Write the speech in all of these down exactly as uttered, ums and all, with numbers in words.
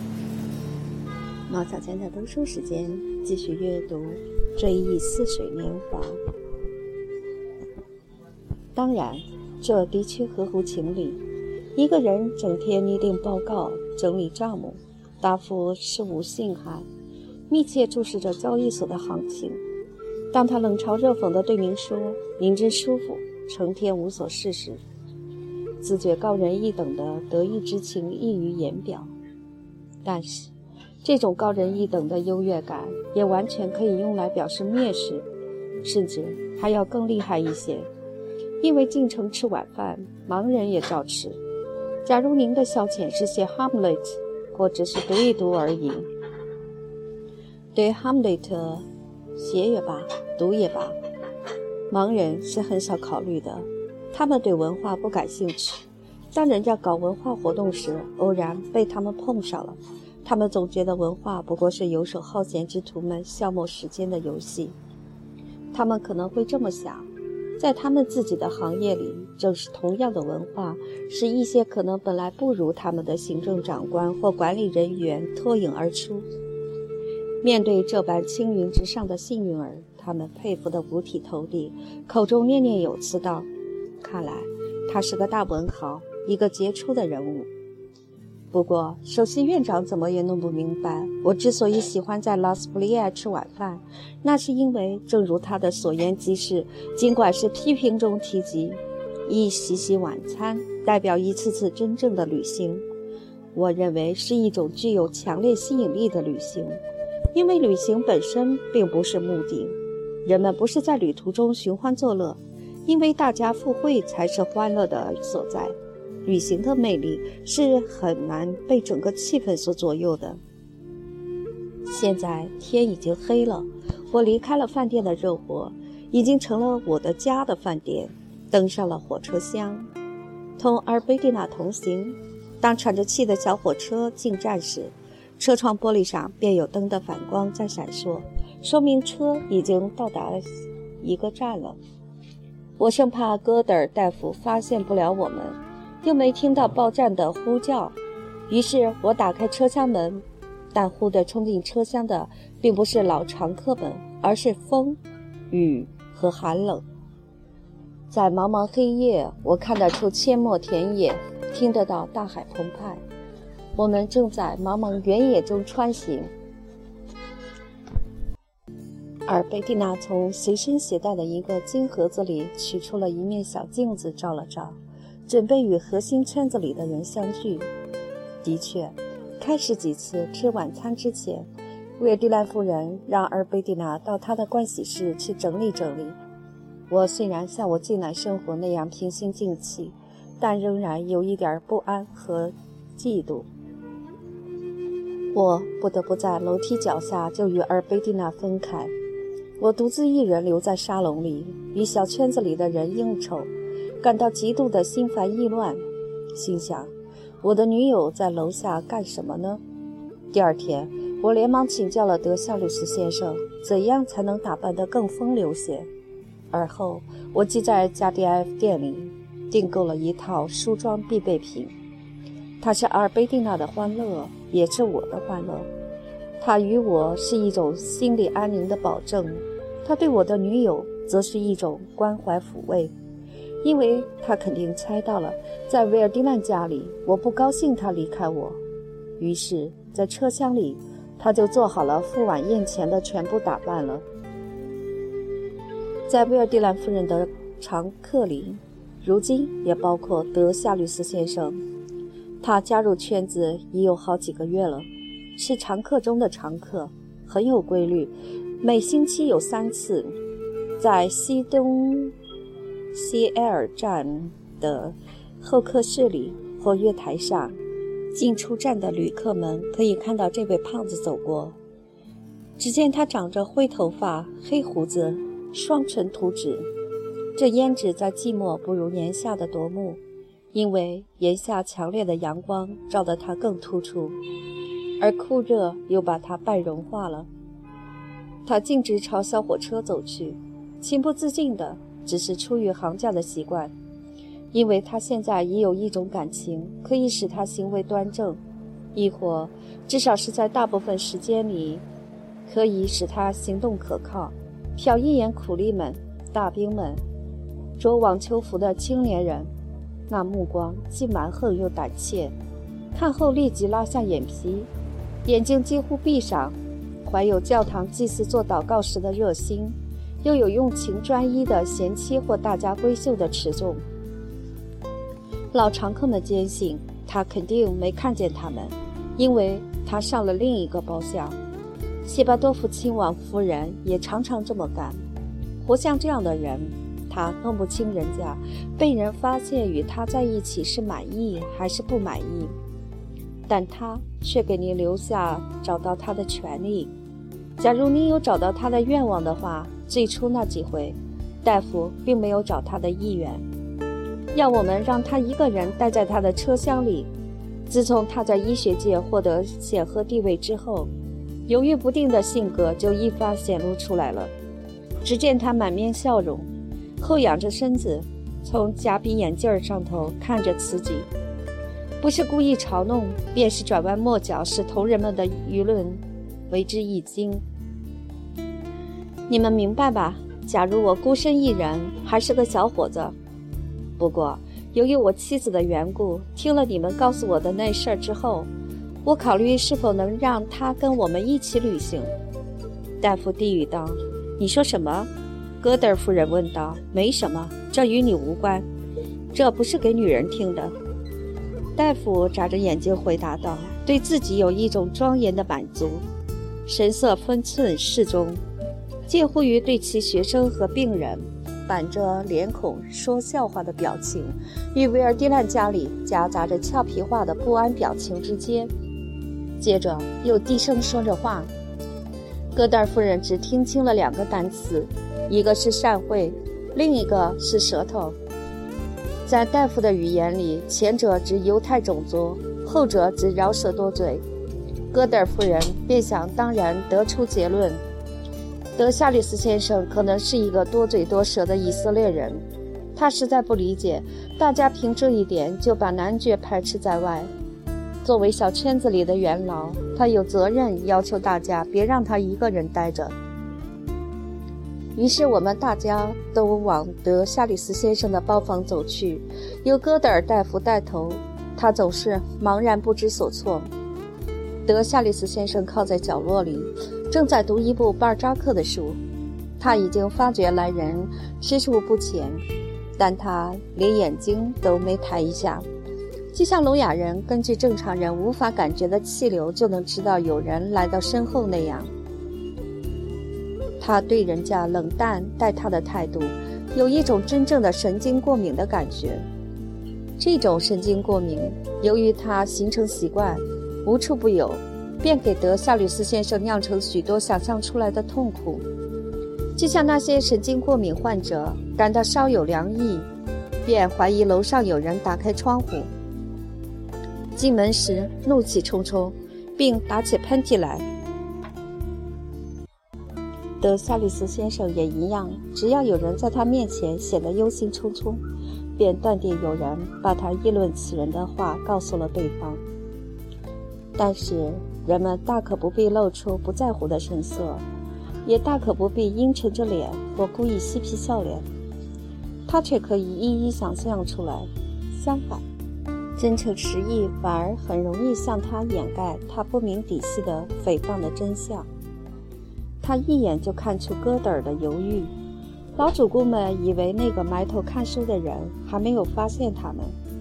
毛小娟的读书时间，继续阅读《追忆似水年华》。当然，这的确合乎情理。一个人整天拟定报告、整理账目，答复事务信函，密切注视着交易所的行情。当他冷嘲热讽地对您说“您真舒服”，成天无所事时，自觉高人一等的得意之情溢于言表。但是这种高人一等的优越感也完全可以用来表示蔑视，甚至还要更厉害一些。因为进城吃晚饭，盲人也照吃。假如您的消遣是写 Hamlet， 或只是读一读而已，对 Hamlet 写也罢，读也罢，盲人是很少考虑的。他们对文化不感兴趣，当人家搞文化活动时，偶然被他们碰上了，他们总觉得文化不过是游手好闲之徒们消磨时间的游戏。他们可能会这么想，在他们自己的行业里，正是同样的文化使一些可能本来不如他们的行政长官或管理人员脱颖而出。面对这般青云直上的幸运儿，他们佩服得五体投地，口中念念有词道：看来他是个大文豪，一个杰出的人物。不过首席院长怎么也弄不明白，我之所以喜欢在拉斯普利亚吃晚饭，那是因为正如他的所言即是，尽管是批评中提及一席席晚餐代表一次次真正的旅行，我认为是一种具有强烈吸引力的旅行。因为旅行本身并不是目的，人们不是在旅途中寻欢作乐，因为大家赴会才是欢乐的所在。旅行的魅力是很难被整个气氛所左右的。现在天已经黑了，我离开了饭店的热火，已经成了我的家的饭店，登上了火车厢，同阿尔贝蒂娜同行。当喘着气的小火车进站时，车窗玻璃上便有灯的反光在闪烁，说明车已经到达一个站了。我生怕戈德尔大夫发现不了我们，又没听到报站的呼叫，于是我打开车厢门，但忽地冲进车厢的并不是老常客们，而是风、雨和寒冷。在茫茫黑夜，我看得出阡陌田野，听得到大海澎湃。我们正在茫茫原野中穿行。而贝蒂娜从随身携带的一个金盒子里取出了一面小镜子，照了照，准备与核心圈子里的人相聚。的确，开始几次吃晚餐之前，维尔蒂兰夫人让阿尔贝蒂娜到她的盥洗室去整理整理。我虽然像我近来生活那样平心静气，但仍然有一点不安和嫉妒。我不得不在楼梯脚下就与阿尔贝蒂娜分开，我独自一人留在沙龙里，与小圈子里的人应酬，感到极度的心烦意乱，心想我的女友在楼下干什么呢？第二天我连忙请教了德夏鲁斯先生，怎样才能打扮得更风流些。而后我即在加迪埃夫店里订购了一套梳妆必备品，它是阿尔贝蒂娜的欢乐，也是我的欢乐。它与我是一种心理安宁的保证，它对我的女友则是一种关怀抚慰，因为他肯定猜到了，在维尔蒂兰家里，我不高兴他离开我。于是，在车厢里，他就做好了赴晚宴前的全部打扮了。在维尔蒂兰夫人的常客里，如今也包括德夏律斯先生。他加入圈子已有好几个月了，是常客中的常客，很有规律，每星期有三次，在西东西埃尔站的候客室里或月台上，进出站的旅客们可以看到这位胖子走过。只见他长着灰头发、黑胡子，双唇涂脂，这胭脂在季末不如炎夏的夺目，因为炎夏强烈的阳光照得它更突出，而酷热又把它半融化了。他径直朝小火车走去，情不自禁的，只是出于行家的习惯，因为他现在已有一种感情可以使他行为端正， 亦或至少是在大部分时间里可以使他行动可靠。瞟一眼苦力们、大兵们，着网球服的青年人，那目光既蛮横又胆怯，看后立即拉下眼皮，眼睛几乎闭上，怀有教堂祭司做祷告时的热心，又有用情专一的贤妻或大家闺秀的持重。老常客们坚信他肯定没看见他们，因为他上了另一个包厢。谢巴多夫亲王夫人也常常这么干。活像这样的人，他弄不清人家被人发现与他在一起是满意还是不满意，但他却给你留下找到他的权利。假如你有找到他的愿望的话，最初那几回大夫并没有找他的意愿，要我们让他一个人待在他的车厢里。自从他在医学界获得显赫地位之后，犹豫不定的性格就一发显露出来了。只见他满面笑容，后仰着身子，从夹鼻眼镜上头看着慈禧，不是故意嘲弄，便是转弯抹角，使同人们的舆论为之一惊。你们明白吧？假如我孤身一人，还是个小伙子，不过由于我妻子的缘故，听了你们告诉我的那事儿之后，我考虑是否能让他跟我们一起旅行。大夫低语道：你说什么？戈德尔夫人问道。没什么，这与你无关，这不是给女人听的。大夫眨着眼睛回答道，对自己有一种庄严的满足，神色分寸适中，介乎于对其学生和病人板着脸孔说笑话的表情与维尔蒂兰家里夹杂着俏皮话的不安表情之间。接着又低声说着话。戈德尔夫人只听清了两个单词，一个是善会，另一个是舌头。在大夫的语言里，前者指犹太种族，后者指饶舌多嘴。戈德尔夫人便想当然得出结论，德夏里斯先生可能是一个多嘴多舌的以色列人。他实在不理解大家凭这一点就把男爵排斥在外。作为小圈子里的元老，他有责任要求大家别让他一个人待着。于是我们大家都往德夏里斯先生的包房走去，由戈德尔大夫带头，他总是茫然不知所措。德夏里斯先生靠在角落里，正在读一部巴尔扎克的书。他已经发觉来人吃醋不浅，但他连眼睛都没抬一下，就像聋哑人根据正常人无法感觉的气流就能知道有人来到身后那样。他对人家冷淡待他的态度，有一种真正的神经过敏的感觉。这种神经过敏由于他形成习惯，无处不有，便给德夏吕斯先生酿成许多想象出来的痛苦。就像那些神经过敏患者感到稍有凉意，便怀疑楼上有人打开窗户，进门时怒气冲冲，并打起喷嚏来。德夏吕斯先生也一样，只要有人在他面前显得忧心忡忡，便断定有人把他议论此人的话告诉了对方。但是人们大可不必露出不在乎的神色，也大可不必阴沉着脸或故意嬉皮笑脸，他却可以一一想象出来。相反，真诚实意反而很容易向他掩盖他不明底细的诽谤的真相。他一眼就看出戈德尔的犹豫，老主顾们以为那个埋头看书的人还没有发现他们。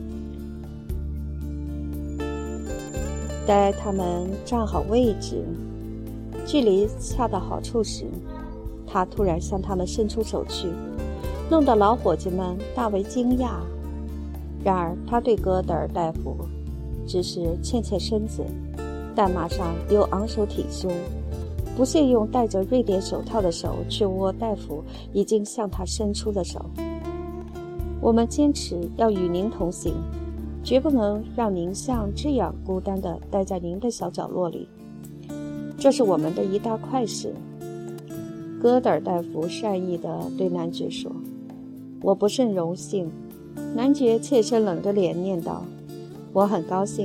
待他们站好位置，距离恰到好处时，他突然向他们伸出手去，弄得老伙计们大为惊讶。然而他对戈德尔大夫只是欠欠身子，但马上又昂首挺胸，不屑用戴着瑞典手套的手去握大夫已经向他伸出的手。我们坚持要与您同行，绝不能让您像这样孤单地待在您的小角落里，这是我们的一大快事。戈德尔大夫善意地对男爵说。我不甚荣幸。男爵切身冷着脸念道。我很高兴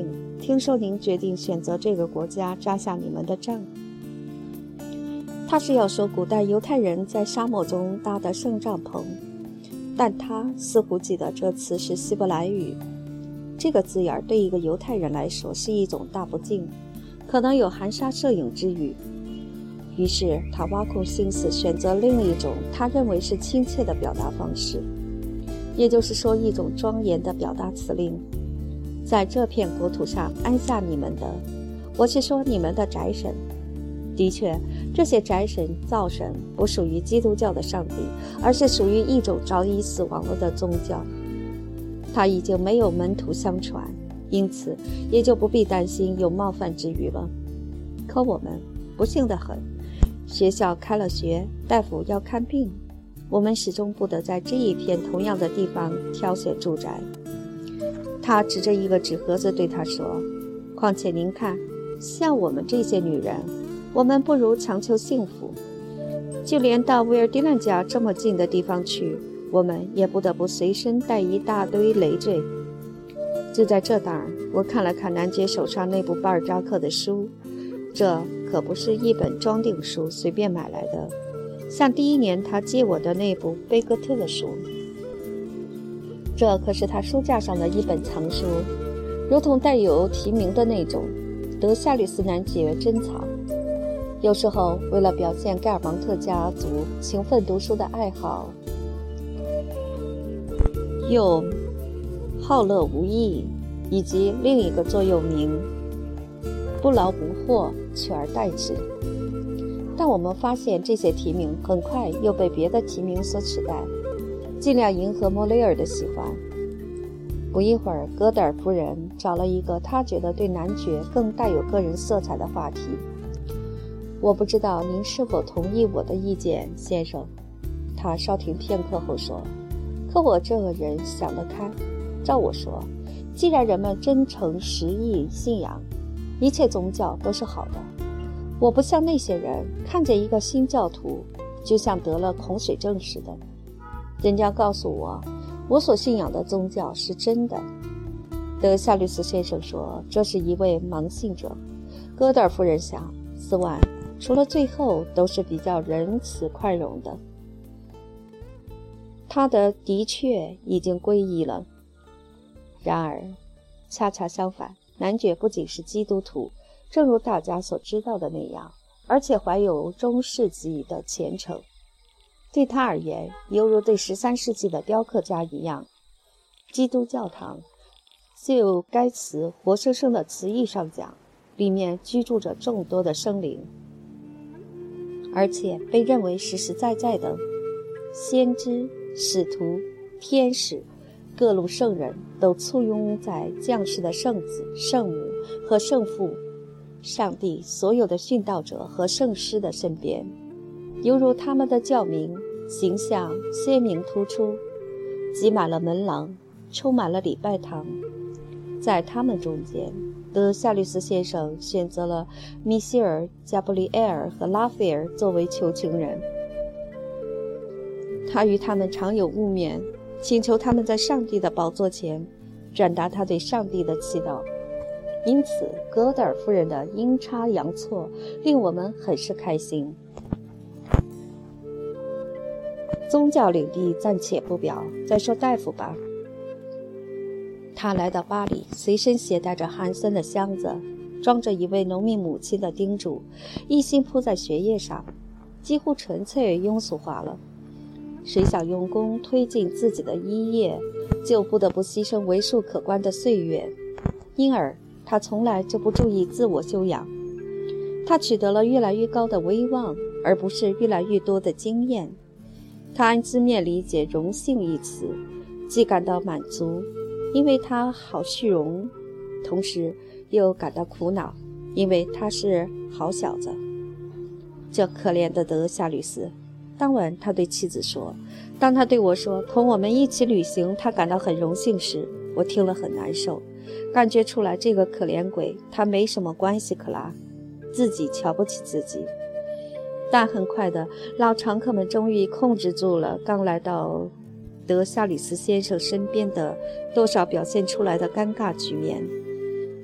听说您决定选择这个国家扎下你们的帐。他是要说古代犹太人在沙漠中搭的圣帐篷，但他似乎记得这词是希伯来语。这个字眼对一个犹太人来说是一种大不敬，可能有含沙射影之语。于是他挖空心思选择另一种他认为是亲切的表达方式，也就是说一种庄严的表达辞令。在这片国土上安下你们的，我是说你们的宅神。的确，这些宅神灶神不属于基督教的上帝，而是属于一种早已死亡了的宗教。他已经没有门徒相传，因此也就不必担心有冒犯之语了。可我们不幸得很，学校开了学，大夫要看病，我们始终不得在这一片同样的地方挑选住宅。他指着一个纸盒子对他说，况且您看，像我们这些女人，我们不如强求幸福，就连到威尔迪兰家这么近的地方去，我们也不得不随身带一大堆累赘。就在这当儿，我看了看男爵手上那部巴尔扎克的书，这可不是一本装订书随便买来的，像第一年他借我的那部贝戈特的书，这可是他书架上的一本藏书，如同带有题名的那种德夏吕斯男爵珍藏。有时候为了表现盖尔芒特家族勤奋读书的爱好，又好乐无益，以及另一个座右铭不劳不获，取而代之。但我们发现这些题名很快又被别的题名所取代，尽量迎合莫雷尔的喜欢。不一会儿，戈德尔夫人找了一个她觉得对男爵更带有个人色彩的话题。我不知道您是否同意我的意见，先生。他稍停片刻后说，可我这个人想得开。照我说，既然人们真诚实意信仰，一切宗教都是好的。我不像那些人看见一个新教徒就像得了恐水症似的，人家告诉我我所信仰的宗教是真的。德夏律斯先生说，这是一位盲信者。戈德尔夫人想，斯万除了最后都是比较仁慈宽容的。他的的确已经皈依了。然而恰恰相反，男爵不仅是基督徒，正如大家所知道的那样，而且怀有中世纪的虔诚。对他而言，犹如对十三世纪的雕刻家一样，基督教堂就该词活生生的词义上讲，里面居住着众多的生灵，而且被认为实实在在的先知、使徒、天使、各路圣人都簇拥在降世的圣子、圣母和圣父、上帝所有的殉道者和圣师的身边，犹如他们的教名形象鲜明突出，挤满了门廊，充满了礼拜堂。在他们中间，德夏律斯先生选择了米歇尔、加布里埃尔和拉斐尔作为求情人。他与他们常有晤面，请求他们在上帝的宝座前转达他对上帝的祈祷。因此戈德尔夫人的阴差阳错令我们很是开心。宗教领地暂且不表，再说大夫吧。他来到巴黎，随身携带着汉森的箱子，装着一位农民母亲的叮嘱，一心扑在学业上，几乎纯粹庸俗化了。谁想用功推进自己的一业，就不得不牺牲为数可观的岁月，因而他从来就不注意自我修养。他取得了越来越高的威望，而不是越来越多的经验。他按字面理解荣幸一词，既感到满足，因为他好虚荣，同时又感到苦恼，因为他是好小子。这可怜的德夏吕斯。当晚他对妻子说，当他对我说同我们一起旅行他感到很荣幸时，我听了很难受，感觉出来这个可怜鬼他没什么关系可拉，自己瞧不起自己。但很快的，老常客们终于控制住了刚来到德夏吕斯先生身边的多少表现出来的尴尬局面。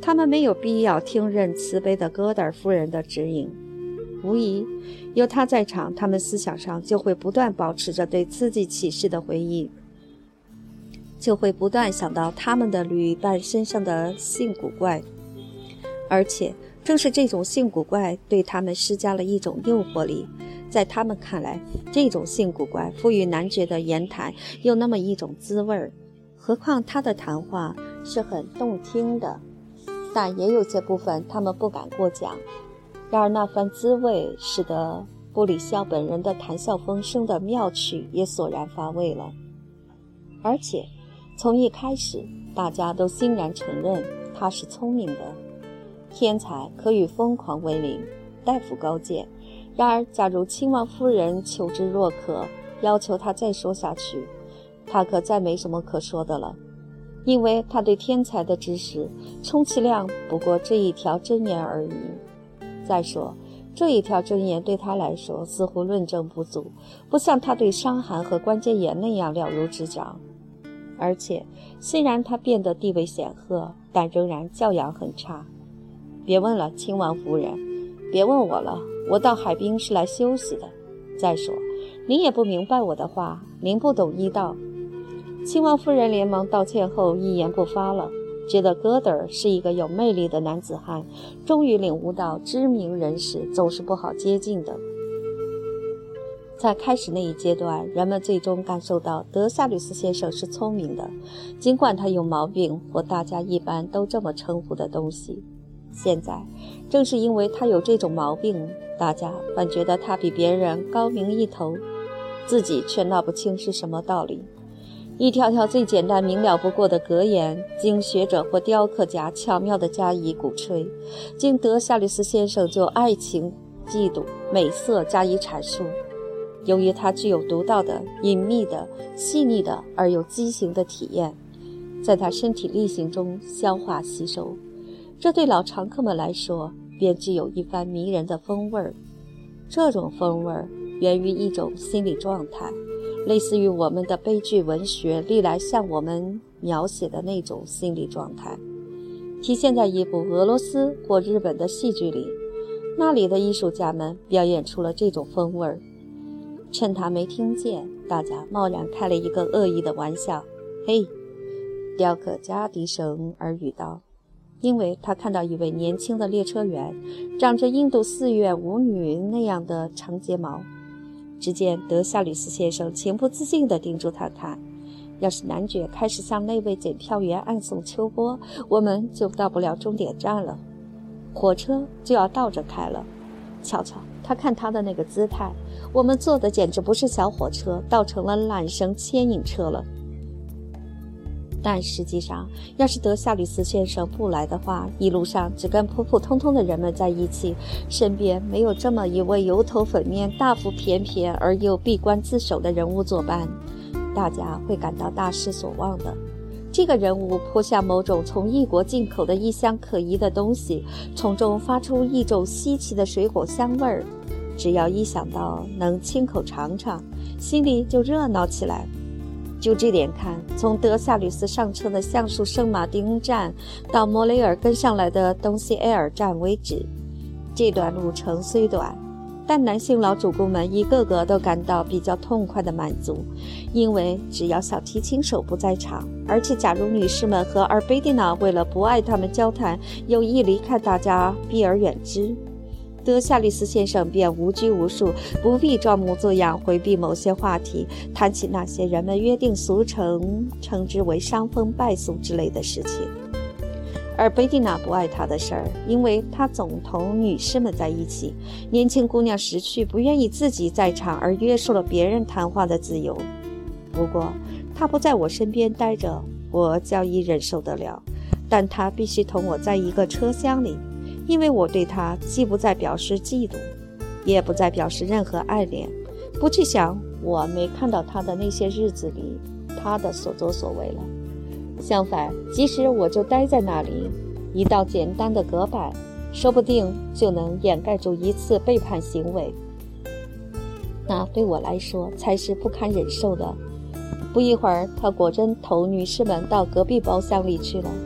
他们没有必要听任慈悲的戈德尔夫人的指引。无疑，有他在场，他们思想上就会不断保持着对刺激启示的回忆，就会不断想到他们的旅伴身上的性古怪，而且正是这种性古怪对他们施加了一种诱惑力。在他们看来，这种性古怪赋予男爵的言谈有那么一种滋味，何况他的谈话是很动听的，但也有些部分他们不敢过讲。然而那番滋味使得布里肖本人的谈笑风生的妙趣也索然乏味了。而且从一开始大家都欣然承认他是聪明的，天才可与疯狂为邻，大夫高见。然而假如亲王夫人求之若渴，要求他再说下去，他可再没什么可说的了，因为他对天才的知识充其量不过这一条箴言而已。再说这一条箴言对他来说似乎论证不足，不像他对伤寒和关节炎那样了如指掌。而且虽然他变得地位显赫，但仍然教养很差。别问了，亲王夫人，别问我了，我到海滨是来休息的。再说您也不明白我的话，您不懂医道。亲王夫人连忙道歉后一言不发了，觉得戈德尔是一个有魅力的男子汉，终于领悟到知名人士总是不好接近的。在开始那一阶段，人们最终感受到德夏吕斯先生是聪明的，尽管他有毛病或大家一般都这么称呼的东西。现在正是因为他有这种毛病，大家反觉得他比别人高明一头，自己却闹不清是什么道理。一条条最简单明了不过的格言，经学者或雕刻家巧妙地加以鼓吹，经德夏吕斯先生就爱情、嫉妒、美色加以阐述。由于他具有独到的、隐秘的、细腻的而又畸形的体验，在他身体力行中消化吸收，这对老常客们来说便具有一番迷人的风味儿。这种风味儿源于一种心理状态，类似于我们的悲剧文学历来向我们描写的那种心理状态，体现在一部俄罗斯或日本的戏剧里，那里的艺术家们表演出了这种风味儿。趁他没听见，大家贸然开了一个恶意的玩笑。嘿，雕刻家低声耳语道，因为他看到一位年轻的列车员长着印度寺院舞女那样的长睫毛。只见德夏吕斯先生情不自禁地盯住他看，要是男爵开始向那位检票员暗送秋波，我们就到不了终点站了，火车就要倒着开了。瞧瞧他看他的那个姿态，我们坐的简直不是小火车，倒成了缆绳牵引车了。但实际上，要是德夏吕斯先生不来的话，一路上只跟普普通通的人们在一起，身边没有这么一位油头粉面、大腹便便而又闭关自守的人物作伴，大家会感到大失所望的。这个人物颇像某种从异国进口的异香可疑的东西，从中发出一种稀奇的水果香味儿。只要一想到能亲口尝尝，心里就热闹起来。就这点看，从德夏吕斯上车的橡树圣马丁站到莫雷尔跟上来的东西埃尔站为止，这段路程虽短，但男性老主顾们一个个都感到比较痛快的满足，因为只要小提琴手不在场，而且假如女士们和阿尔贝蒂娜为了不爱他们交谈，有意离开大家避而远之，德夏吕斯先生便无拘无束，不必装模作样回避某些话题，谈起那些人们约定俗成称之为伤风败俗之类的事情。而贝蒂娜不爱他的事儿，因为他总同女士们在一起，年轻姑娘识趣，不愿意自己在场，而约束了别人谈话的自由。不过他不在我身边待着，我较易忍受得了，但他必须同我在一个车厢里，因为我对他既不再表示嫉妒，也不再表示任何爱恋，不去想我没看到他的那些日子里他的所作所为了。相反，即使我就待在那里，一道简单的隔板说不定就能掩盖住一次背叛行为，那对我来说才是不堪忍受的。不一会儿，他果真投女士们到隔壁包厢里去了，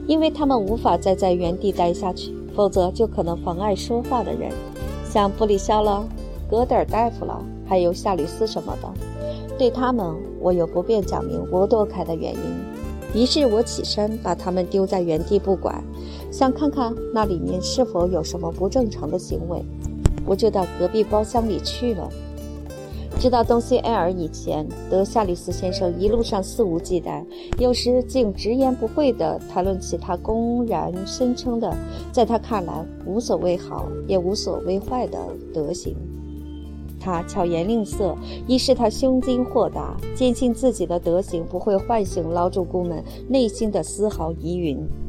因为他们无法再在原地待下去，否则就可能妨碍说话的人，像布里肖了、戈德尔大夫了，还有夏吕斯什么的。对他们，我有不便讲明我躲开的原因。于是我起身，把他们丢在原地不管，想看看那里面是否有什么不正常的行为。我就到隔壁包厢里去了。直到东西埃尔以前，德夏吕斯先生一路上肆无忌惮，有时竟直言不讳地谈论起他公然声称的在他看来无所谓好也无所谓坏的德行。他巧言令色，以使他胸襟豁达，坚信自己的德行不会唤醒老主顾们内心的丝毫疑云。